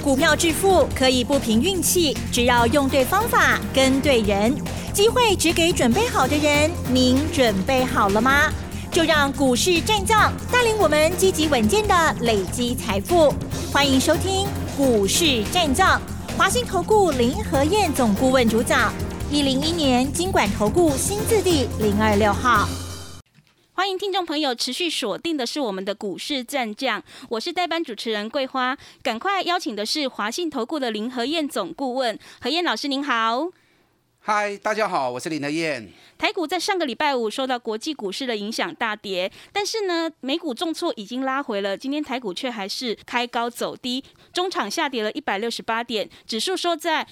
股票致富可以不凭运气，只要用对方法、跟对人，机会只给准备好的人。您准备好了吗？就让股市战将带领我们积极稳健的累积财富。欢迎收听股市战将，华信投顾林和彥总顾问主讲，101年金管投顾新字第026号。 欢迎听众朋友持续锁定的是我们的股市战将，我是代班主持人桂花，赶快邀请的是华信投顾的林和彥总顾问，和彥老师您好。 嗨，大家好，我是林和彥。 台股在上个礼拜五受到国际股市的影响大跌，但是呢，美股重挫已经拉回了，今天台股却还是开高走低，中场下跌了168点，指数收在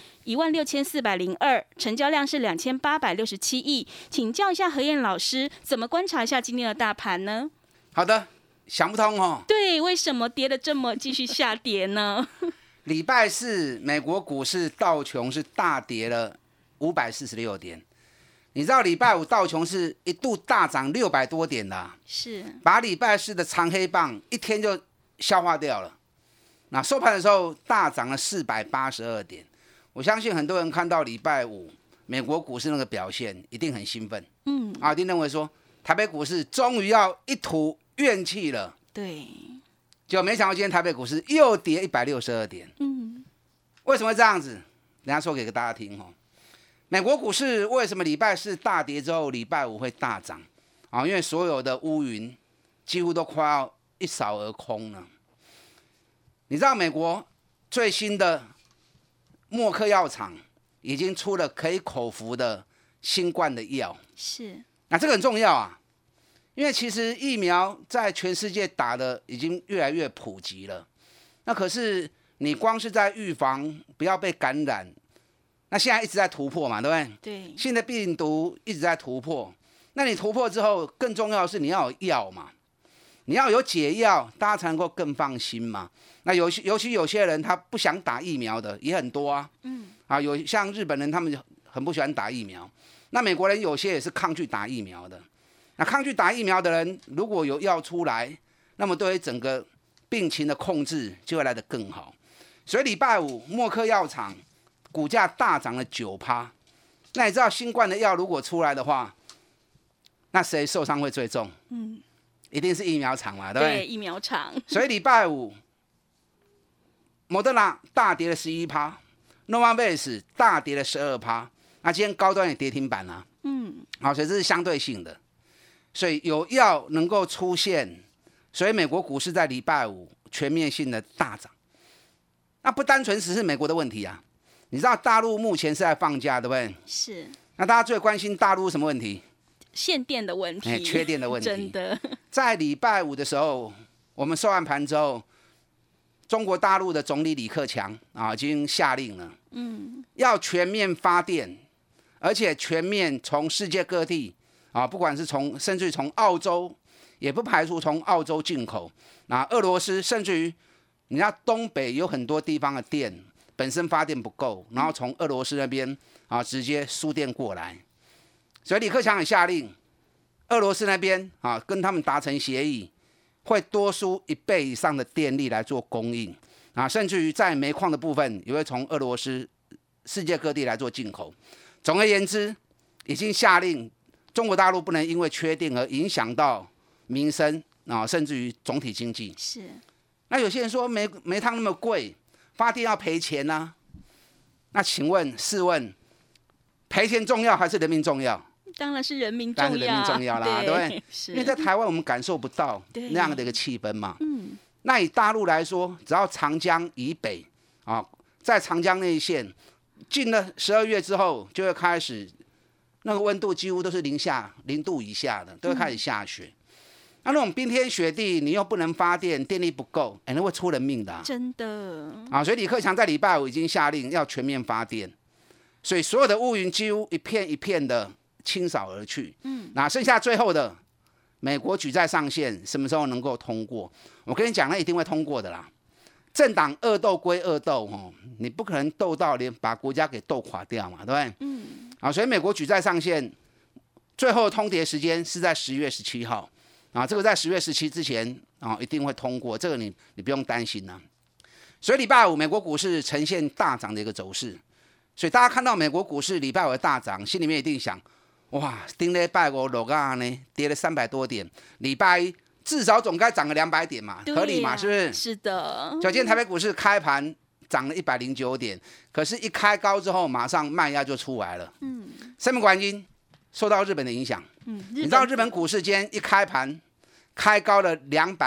16402，成交量是2867亿。请教一下和彥老师，怎么观察一下今天的大盘呢？ 好的，想不通哦。 对，为什么跌得这么继续下跌呢？ 礼拜四美国股市道琼是大跌了546点，你知道礼拜五道琼是一度大涨600多点啦， 是把礼拜四的长黑棒一天就消化掉了。那收盘的时候大涨了482点，我相信很多人看到礼拜五美国股市那个表现，一定很兴奋，一定认为说台北股市终于要一吐怨气了。 对， 结果没想到今天台北股市又跌162点，为什么会这样子？等一下说给大家听哦。美国股市为什么礼拜四大跌之后，礼拜五会大涨？因为所有的乌云几乎都快要一扫而空了。你知道美国最新的默克药厂已经出了可以口服的新冠的药， 是。 那这个很重要啊，因为其实疫苗在全世界打的已经越来越普及了。那可是你光是在预防不要被感染。那现在一直在突破嘛，对不对？ 对， 新的病毒一直在突破。那你突破之后，更重要的是你要有药嘛，你要有解药，大家才能够更放心嘛。那尤其有些人他不想打疫苗的也很多啊，有像日本人他们很不喜欢打疫苗，那美国人有些也是抗拒打疫苗的。那抗拒打疫苗的人，如果有药出来，那么对于整个病情的控制就会来得更好。所以礼拜五默克药厂股价大涨了9%，那你知道新冠的药如果出来的话，那谁受伤会最重？一定是疫苗厂嘛，对不对？ 对，疫苗厂。所以礼拜五，莫德纳大跌了11%，Novavax 大跌了12%，那今天高端也跌停板了。好，所以这是相对性的，所以有药能够出现，所以美国股市在礼拜五全面性的大涨。那不单纯只是美国的问题啊。你知道大陆目前是在放假，对不对？ 是。 那大家最关心大陆什么问题？ 限电的问题， 缺电的问题。 真的。 在礼拜五的时候，我们收完盘之后，中国大陆的总理李克强已经下令了，要全面发电，而且全面从世界各地不管是甚至于从澳洲，也不排除从澳洲进口。那俄罗斯，甚至于你知道东北有很多地方的电。本身发电不够，然后从俄罗斯那边直接输电过来，所以李克强也下令，俄罗斯那边跟他们达成协议，会多输1倍以上的电力来做供应甚至于在煤矿的部分也会从俄罗斯世界各地来做进口。总而言之，已经下令中国大陆不能因为缺电而影响到民生甚至于总体经济。 是。 那有些人说煤炭那么贵。发电要赔钱啊，那请问试问，赔钱重要还是人民重要？ 当然是人民重要， 当然是人民重要啦，对不对？因为在台湾我们感受不到那样的一个气氛嘛。那以大陆来说，只要长江以北在长江那一线，进了12月之后，就会开始那个温度几乎都是0度以下的，都会开始下雪。那种冰天雪地，你又不能发电，电力不够，那会出人命的真的所以李克强在礼拜五已经下令要全面发电，所以所有的乌云几乎一片一片的清扫而去。那剩下最后的美国举债上限什么时候能够通过？我跟你讲，那一定会通过的啦。政党恶斗归恶斗你不可能斗到连把国家给斗垮掉嘛，对不对？所以美国举债上限最后的通牒时间是在10月17号。这个在10月17之前一定会通过，这个你不用担心所以礼拜五美国股市呈现大涨的一个走势。所以大家看到美国股市礼拜五的大涨，心里面一定想：哇，顶礼拜五落啊呢，跌了300多点，礼拜一至少总该涨个200点嘛，合理嘛，是不是？ 是的。 就今天台北股市开盘涨了109点，可是一开高之后，马上卖压就出来了。什么原因？受到日本的影响。你知道日本股市今天一开盘开高了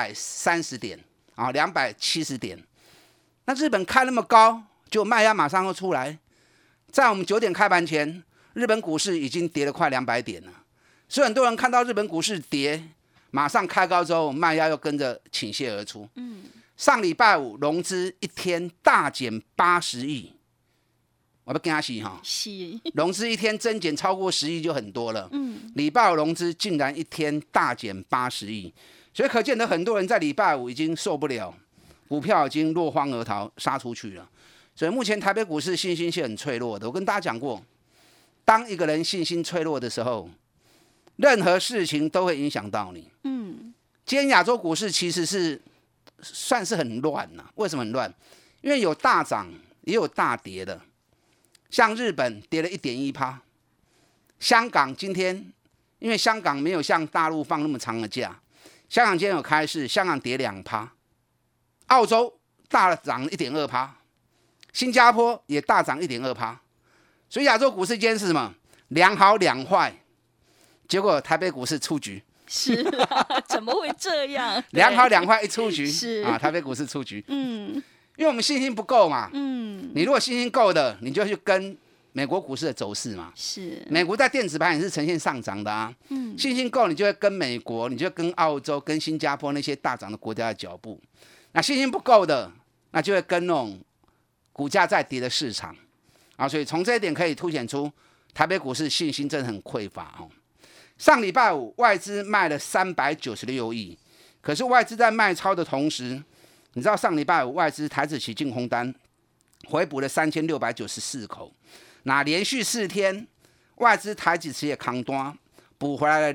230点啊，270点。那日本开那么高，就卖压马上就出来。在我们9点开盘前，日本股市已经跌了快200点了，所以很多人看到日本股市跌，马上开高之后，卖压又跟着倾泻而出。上礼拜五融资一天大减80亿，我要跟他洗哈，融资一天增减超过10亿就很多了。礼拜五融资竟然一天大减80亿，所以可见得很多人在礼拜五已经受不了，股票已经落荒而逃，杀出去了。所以目前台北股市信心是很脆弱的。我跟大家讲过，当一个人信心脆弱的时候，任何事情都会影响到你。今天亚洲股市其实是算是很乱呐。为什么很乱？因为有大涨也有大跌的。像日本跌了1.1%，香港今天因为香港没有像大陆放那么长的假，香港今天有开市，香港跌2%，澳洲大涨1.2%。新加坡也大涨1.2%，所以亚洲股市今天是什么？两好两坏，结果台北股市出局。 是怎么会这样？ 两好两坏一出局， 是啊，台北股市出局。因为我们信心不够嘛。你如果信心够的，你就去跟美国股市的走势嘛。 是。 美国在电子盘也是呈现上涨的啊。信心够，你就会跟美国，你就跟澳洲、跟新加坡那些大涨的国家的脚步。那信心不够的，那就会跟那种股价在跌的市场啊，所以从这一点可以凸显出台北股市信心真的很匮乏哦。上礼拜五外资卖了396亿，可是外资在卖超的同时，你知道上礼拜五外资台指期净空单回补了3694口，那连续4天外资台指期也扛单补回来了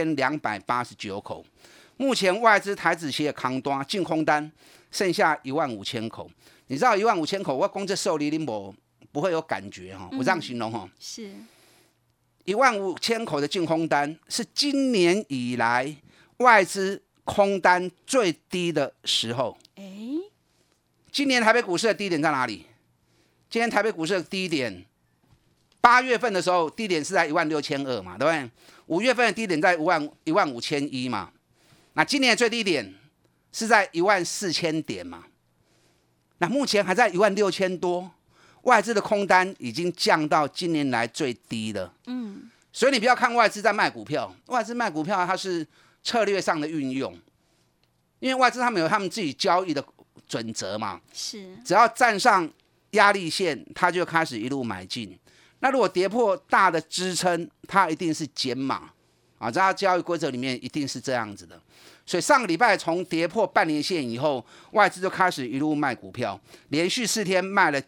6289口，目前外资台指期也扛单净空单剩下15000口。你知道15000口，我讲这受理你不会有感觉哈，我这样形容哈， 是 15000口的净空单是今年以来外资空单最低的时候。今年台北股市的低点在哪里？今天台北股市的低点，8月份的时候低点是在16200嘛，对不对？5月份的低点在15100嘛，那今年的最低点是在14000点嘛。那目前还在16000多，外资的空单已经降到今年来最低了。所以你不要看外资在卖股票，外资卖股票它是策略上的运用，因为外资他们有他们自己交易的准则嘛， 是只要站上压力线，它就开始一路买进。那如果跌破大的支撑，它一定是减码啊，在它交易规则里面一定是这样子的。所以上个礼拜从跌破半年线以后，外资就开始一路卖股票，连续4天卖了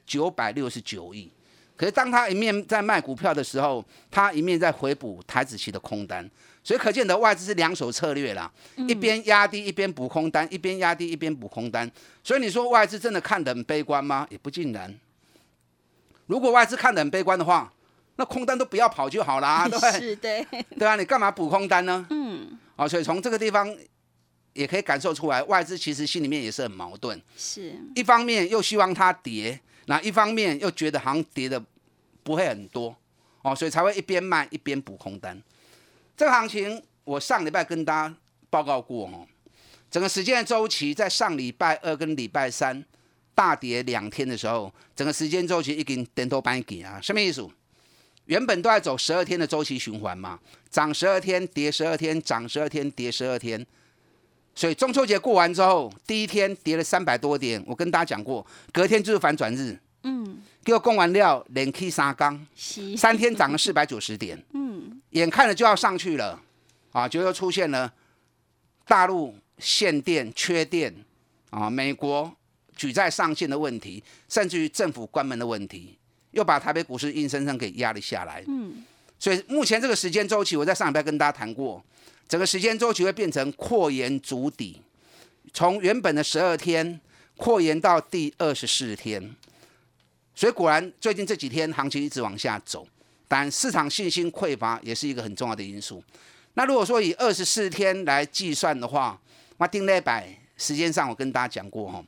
969亿。可是当他一面在卖股票的时候，他一面在回补台指期的空单，所以可见得外资是两手策略啦，一边压低一边补空单，一边压低一边补空单。所以你说外资真的看得很悲观吗？也不尽然。如果外资看得很悲观的话，那空单都不要跑就好啦，对不对？ 是，对， 对啊，你干嘛补空单呢？所以从这个地方也可以感受出来，外资其实心里面也是很矛盾， 是一方面又希望它跌，那一方面又觉得好像跌的不会很多所以才会一边卖一边补空单。这个行情我上礼拜跟大家报告过整个时间的周期在上礼拜2跟礼拜3大跌2天的时候，整个时间周期已经颠倒半截啊，什么意思？原本都在走12天的周期循环嘛，涨12天跌12天，涨12天跌12天。所以中秋节过完之后，第一天跌了300多点，我跟大家讲过，隔天就是反转日。给我供完料，连 K 3缸，3天涨了490点。眼看着就要上去了就又出现了大陆限电、缺电美国举债上限的问题，甚至于政府关门的问题，又把台北股市硬生生给压了下来。所以目前这个时间周期，我在上礼拜跟大家谈过，整个时间周期会变成扩延筑底，从原本的12天扩延到第24天。所以果然最近这几天行情一直往下走，但市场信心匮乏也是一个很重要的因素。那如果说以24天来计算的话，那定礼拜时间上我跟大家讲过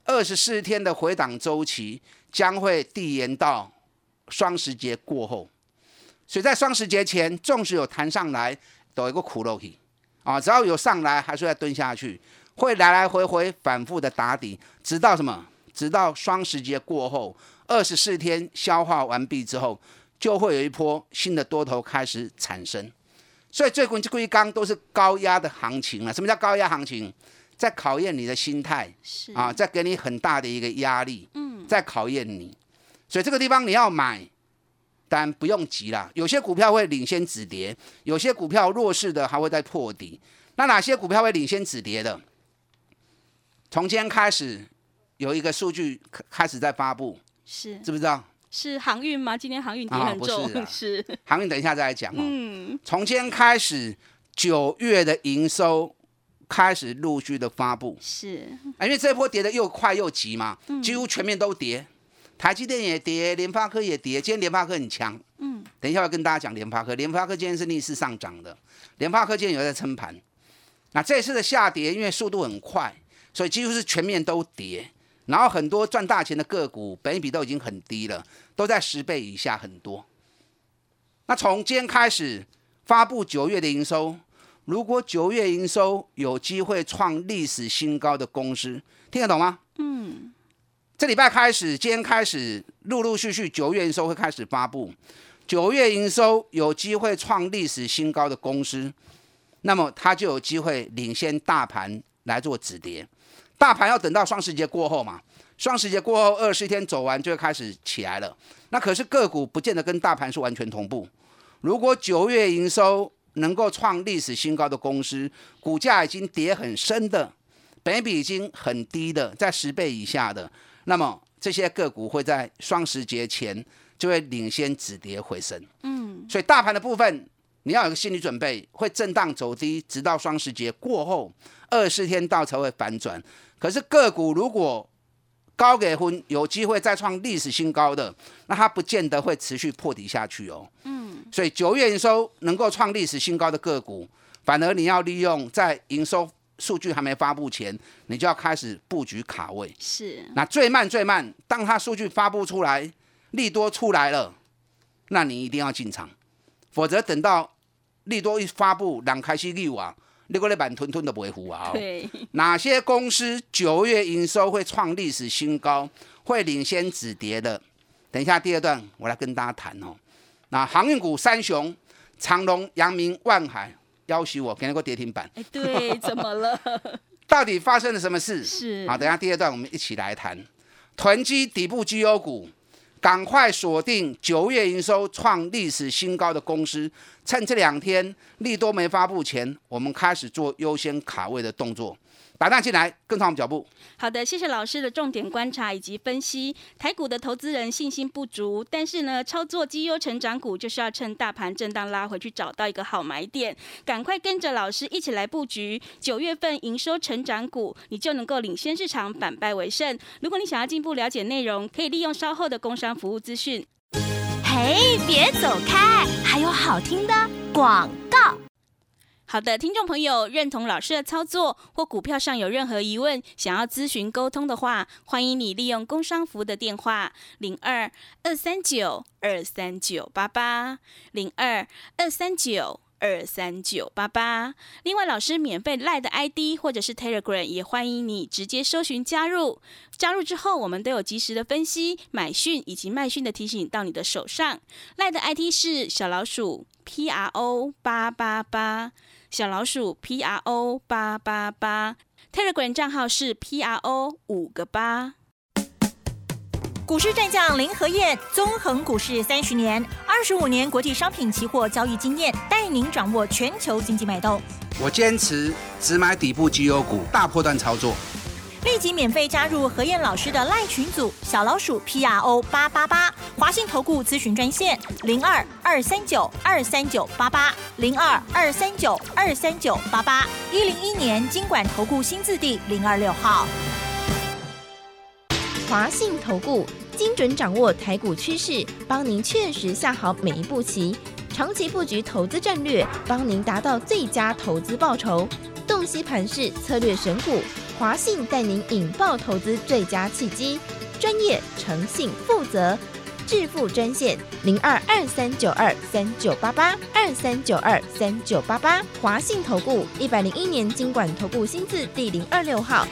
，24天的回档周期将会递延到双十节过后，所以在双十节前，纵使有弹上来，都有一个苦肉体啊，只要有上来，还是要蹲下去，会来来回回反复的打底，直到什么？直到双十节过后，24天消化完毕之后，就会有一波新的多头开始产生。所以最近这一缸都是高压的行情了。什么叫高压行情？在考验你的心态啊，在给你很大的一个压力，在考验你。所以这个地方你要买，但不用急啦。有些股票会领先止跌，有些股票弱势的还会再破底。那哪些股票会领先止跌的？从今天开始有一个数据开始在发布，知不知道？ 是航运吗？今天航运跌很重， 不是航运，等一下再来讲从今天开始，9月的营收开始陆续的发布，因为这波跌的又快又急嘛，几乎全面都跌，台积电也跌，联发科也跌，今天联发科很强，等一下要跟大家讲联发科今天是逆势上涨的，联发科今天有在撑盘，那这次的下跌因为速度很快，所以几乎是全面都跌。然后很多赚大钱的个股本益比都已经很低了，都在10倍以下很多。那从今天开始发布9月的营收，如果9月营收有机会创历史新高的公司，听得懂吗？这礼拜开始，今天开始陆陆续续9月营收会开始发布，9月营收有机会创历史新高的公司，那么它就有机会领先大盘来做止跌。大盘要等到双十节过后嘛，双十节过后24天走完就会开始起来了。那可是个股不见得跟大盘是完全同步。如果9月营收能够创历史新高的公司，股价已经跌很深的，本益比已经很低的，在10倍以下的，那么这些个股会在双十节前就会领先止跌回升。所以大盘的部分你要有个心理准备，会震荡走低，直到双十节过后24天到才会反转。可是个股如果高给分有机会再创历史新高的，那它不见得会持续破底下去所以9月营收能够创历史新高的个股，反而你要利用在营收数据还没发布前，你就要开始布局卡位。那最慢，当它数据发布出来，利多出来了，那你一定要进场，否则等到利多一发布，人开始溜啊，你还在慢吞吞的不会糊啊。哪些公司9月营收会创历史新高，会领先止跌的？等一下第二段我来跟大家谈那航运股三雄，长荣、阳明、万海，要挟我给那个跌停板。 对，怎么了？ 到底发生了什么事？好，等一下第二段我们一起来谈。囤积底部绩优股，赶快锁定9月营收创历史新高的公司，趁这2天利多没发布前，我们开始做优先卡位的动作。打蛋进来，跟上我们脚步。 好的，谢谢老师的重点观察以及分析。台股的投资人信心不足，但是呢，操作绩优成长股就是要趁大盘震荡拉回去，找到一个好买点，赶快跟着老师一起来布局9月份营收成长股，你就能够领先市场，反败为胜。如果你想要进一步了解内容，可以利用稍后的工商服务资讯。 嘿，别走开，还有好听的广告。 好的，听众朋友，认同老师的操作或股票上有任何疑问，想要咨询沟通的话，欢迎你利用工商服务的电话02-239-23988 02-239-23988。另外，老师免费 LINE 的 ID 或者是 Telegram 也欢迎你直接搜寻加入。加入之后，我们都有及时的分析、买讯以及卖讯的提醒到你的手上。LINE 的 ID 是小老鼠 PRO888。小老鼠 PRO888， Telegram 账号是 PRO5个8。 股市战将林和彥，纵横股市30年，25年国际商品期货交易经验，带您掌握全球经济脉动。 我坚持只买底部绩优股，大波段操作。 立即免费加入和彥老师的 LINE 群组，小老鼠 PRO888， 华信投顾咨询专线02-239-23988 02-239-23988，101年金管投顾新字第026号。 华信投顾，精准掌握台股趋势，帮您确实下好每一步棋，长期布局投资战略，帮您达到最佳投资报酬。洞悉盘势，策略选股，华信带您引爆投资最佳契机，专业、诚信、负责。致富专线0223923988，23923988，华信投顾101年金管投顾新字第026号。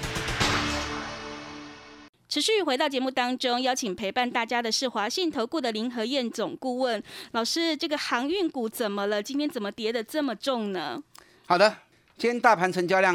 持续回到节目当中，邀请陪伴大家的是华信投顾的林和彥总顾问老师。这个航运股怎么了？今天怎么跌得这么重呢？ 好的，今天大盘成交量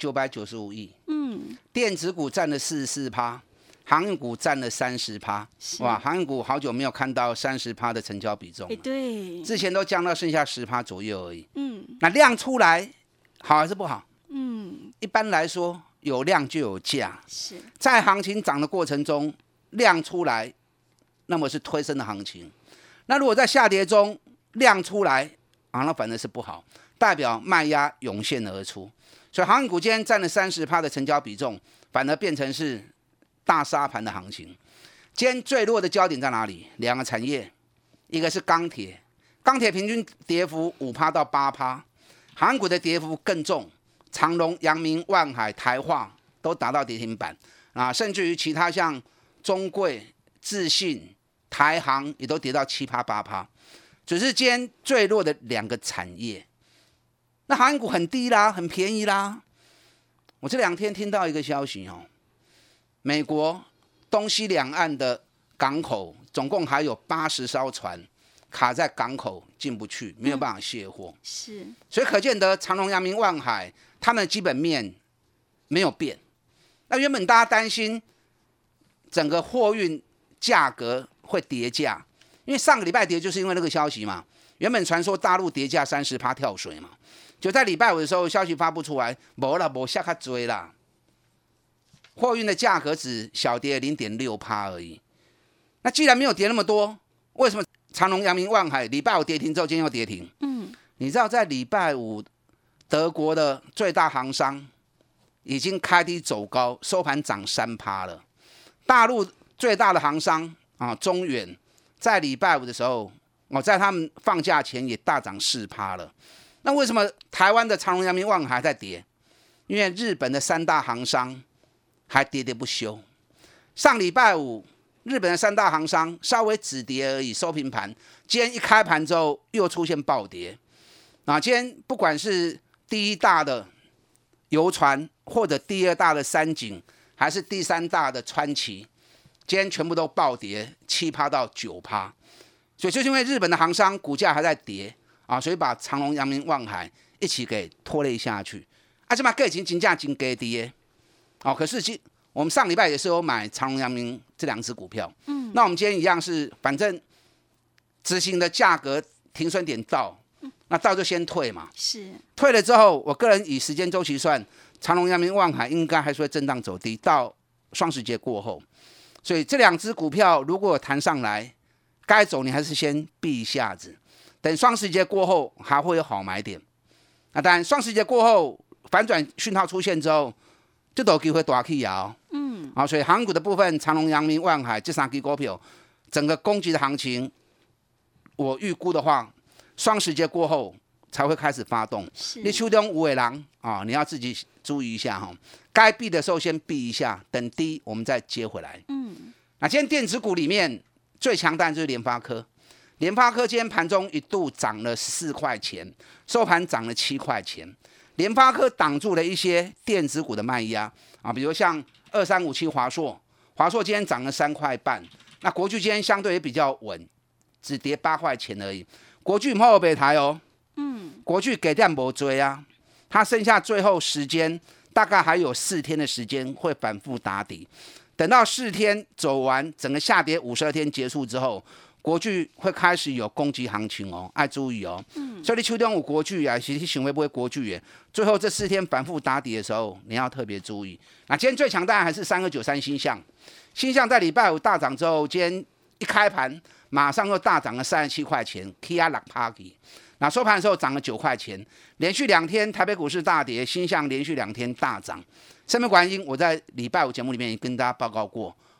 2995亿，电子股占了44%。航运股占了30%，哇！航运股好久没有看到30%的成交比重了， 对，之前都降到剩下10%左右而已。那量出来好还是不好？一般来说有量就有价，在行情涨的过程中，量出来，那么是推升的行情。那如果在下跌中量出来，那反而是不好，代表卖压涌现而出。所以航运股今天占了30%的成交比重，反而变成是大杀盘的行情。今天最弱的焦点在哪里？两个产业，一个是钢铁，钢铁平均跌幅5%到8%，航运股的跌幅更重，长荣、阳明、万海、台化都达到跌停板甚至于其他像中贵、智信、台航也都跌到7%、8%，只是今天最弱的两个产业。那航运股很低啦，很便宜啦。我这2天听到一个消息美国东西两岸的港口总共还有80艘船卡在港口进不去，没有办法卸货。所以可见得长荣、阳明、万海他们的基本面没有变。那原本大家担心整个货运价格会跌价，因为上个礼拜跌就是因为那个消息嘛。原本传说大陆跌价30%跳水嘛，就在礼拜5的时候消息发布出来，没啦，没下较多啦。货运的价格只小跌 0.6% 而已。那既然没有跌那么多，为什么长荣、阳明、万海礼拜5跌停之后，今天又跌停？你知道在礼拜5，德国的最大航商已经开低走高，收盘涨3%了。大陆最大的航商中远在礼拜5的时候，在他们放假前也大涨4%了。那为什么台湾的长荣、阳明、万海在跌？因为日本的3大航商还跌跌不休。上礼拜5，日本的3大航商稍微止跌而已，收平盘。今天一开盘之后又出现暴跌。今天不管是第1大的邮船，或者第2大的三井，还是第3大的川崎，今天全部都暴跌7%到9%。所以就是因为日本的航商股价还在跌所以把长荣、阳明、万海一起给拖累下去。这嘛已经金价真低跌。可是我们上礼拜也是有买长荣、阳明这2只股票。那我们今天一样是，反正执行的价格停损点到，那到就先退嘛。退了之后，我个人以时间周期算，长荣、阳明、万海应该还是会震荡走低到双十节过后。所以这2只股票如果弹上来，该走你还是先避一下子，等双十节过后还会有好买点。那当然双十节过后反转讯号出现之后，就都有机会大起啊。所以航股的部分，长荣、阳明、万海这3支股票，整个攻击的行情，我预估的话，双十节过后才会开始发动。你手中有的人你要自己注意一下该避的时候先避一下，等低我们再接回来。那今天电子股里面最强弹就是联发科。联发科今天盘中一度涨了14块钱，收盘涨了7块钱。联发科挡住了一些电子股的卖压比如像2357华硕，华硕今天涨了3块半。那国巨今天相对也比较稳，只跌8块钱而已。国巨后北台国巨给点没追它剩下最后时间大概还有4天的时间会反复打底。等到4天走完，整个下跌52天结束之后，国巨会开始有攻击行情要注意所以你手中有国巨其实想会不会国巨最后这4天反复打底的时候，你要特别注意。那今天最强大还是3293星象，星象在礼拜5大涨之后，今天一开盘马上又大涨了37块钱，起啊6%。那收盘的时候涨了9块钱，连续2天台北股市大跌，星象连续2天大涨。上面原因我在礼拜5节目里面也跟大家报告过，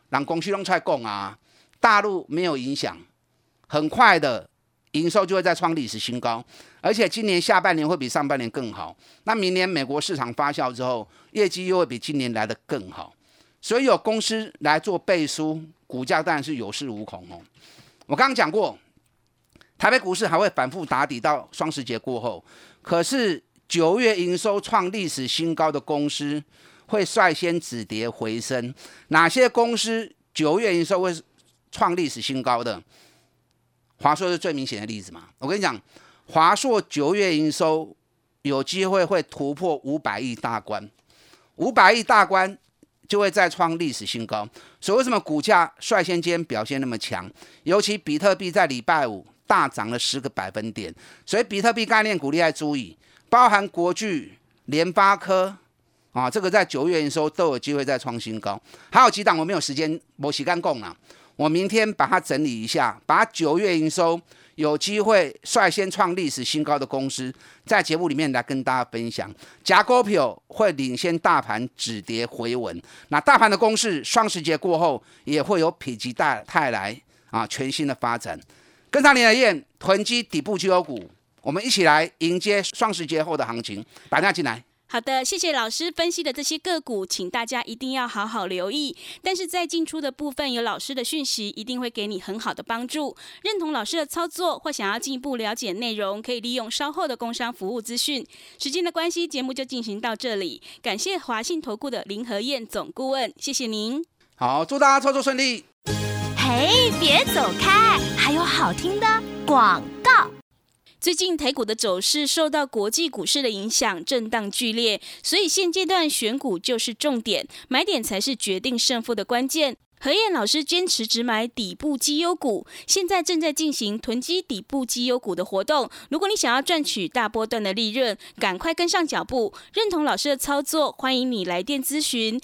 让公司都出来讲啊，大陆没有影响，很快的营收就会再创历史新高，而且今年下半年会比上半年更好。那明年美国市场发酵之后，业绩又会比今年来得更好，所以有公司来做背书，股价当然是有恃无恐哦。我刚刚讲过，台北股市还会反复打底到双十节过后，可是9月营收创历史新高的公司会率先止跌回升。哪些公司9月营收会创历史新高的？华硕是最明显的例子嘛。我跟你讲，华硕9月营收有机会会突破500亿大关，500亿大关就会再创历史新高。所以为什么股价率先间表现那么强？尤其比特币在礼拜五大涨了10个百分点，所以比特币概念股你要注意，包含国巨、联发科啊，这个在9月营收都有机会再创新高。还有几档我没有时间讲啦，我明天把它整理一下，把9月营收有机会率先创历史新高的公司，在节目里面来跟大家分享。假股票会领先大盘止跌回稳，那大盘的公式双十节过后也会有否极泰来全新的发展。跟上林和燕囤积底部绩优股，我们一起来迎接双十节后的行情，打电话进来。 好的，谢谢老师分析的这些个股，请大家一定要好好留意。但是在进出的部分，有老师的讯息，一定会给你很好的帮助。认同老师的操作或想要进一步了解内容，可以利用稍后的工商服务资讯。时间的关系，节目就进行到这里。感谢华信投顾的林和燕总顾问，谢谢您。 好，祝大家操作顺利。 嘿，别走开，还有好听的广告。 最近台股的走势受到国际股市的影响，震荡剧烈，所以现阶段选股就是重点，买点才是决定胜负的关键。和燕老师坚持只买底部绩优股，现在正在进行囤积底部绩优股的活动。如果你想要赚取大波段的利润，赶快跟上脚步，认同老师的操作，欢迎你来电咨询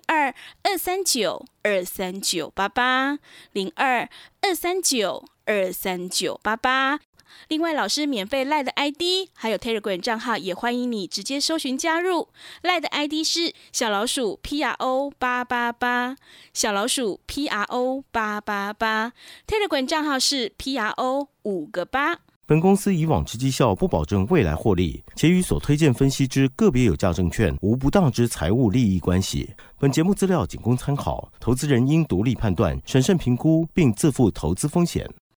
02-239-23988 02-239-23988。另外，老师免费 LINE 的 ID 还有 Telegram 账号，也欢迎你直接搜寻加入。LINE 的 ID 是小老鼠 PRO888， 小老鼠 PRO888， Telegram 账号是 PRO5个8。 本公司以往之绩效不保证未来获利，且与所推荐分析之个别有价证券无不当之财务利益关系。本节目资料仅供参考，投资人应独立判断、审慎评估，并自负投资风险。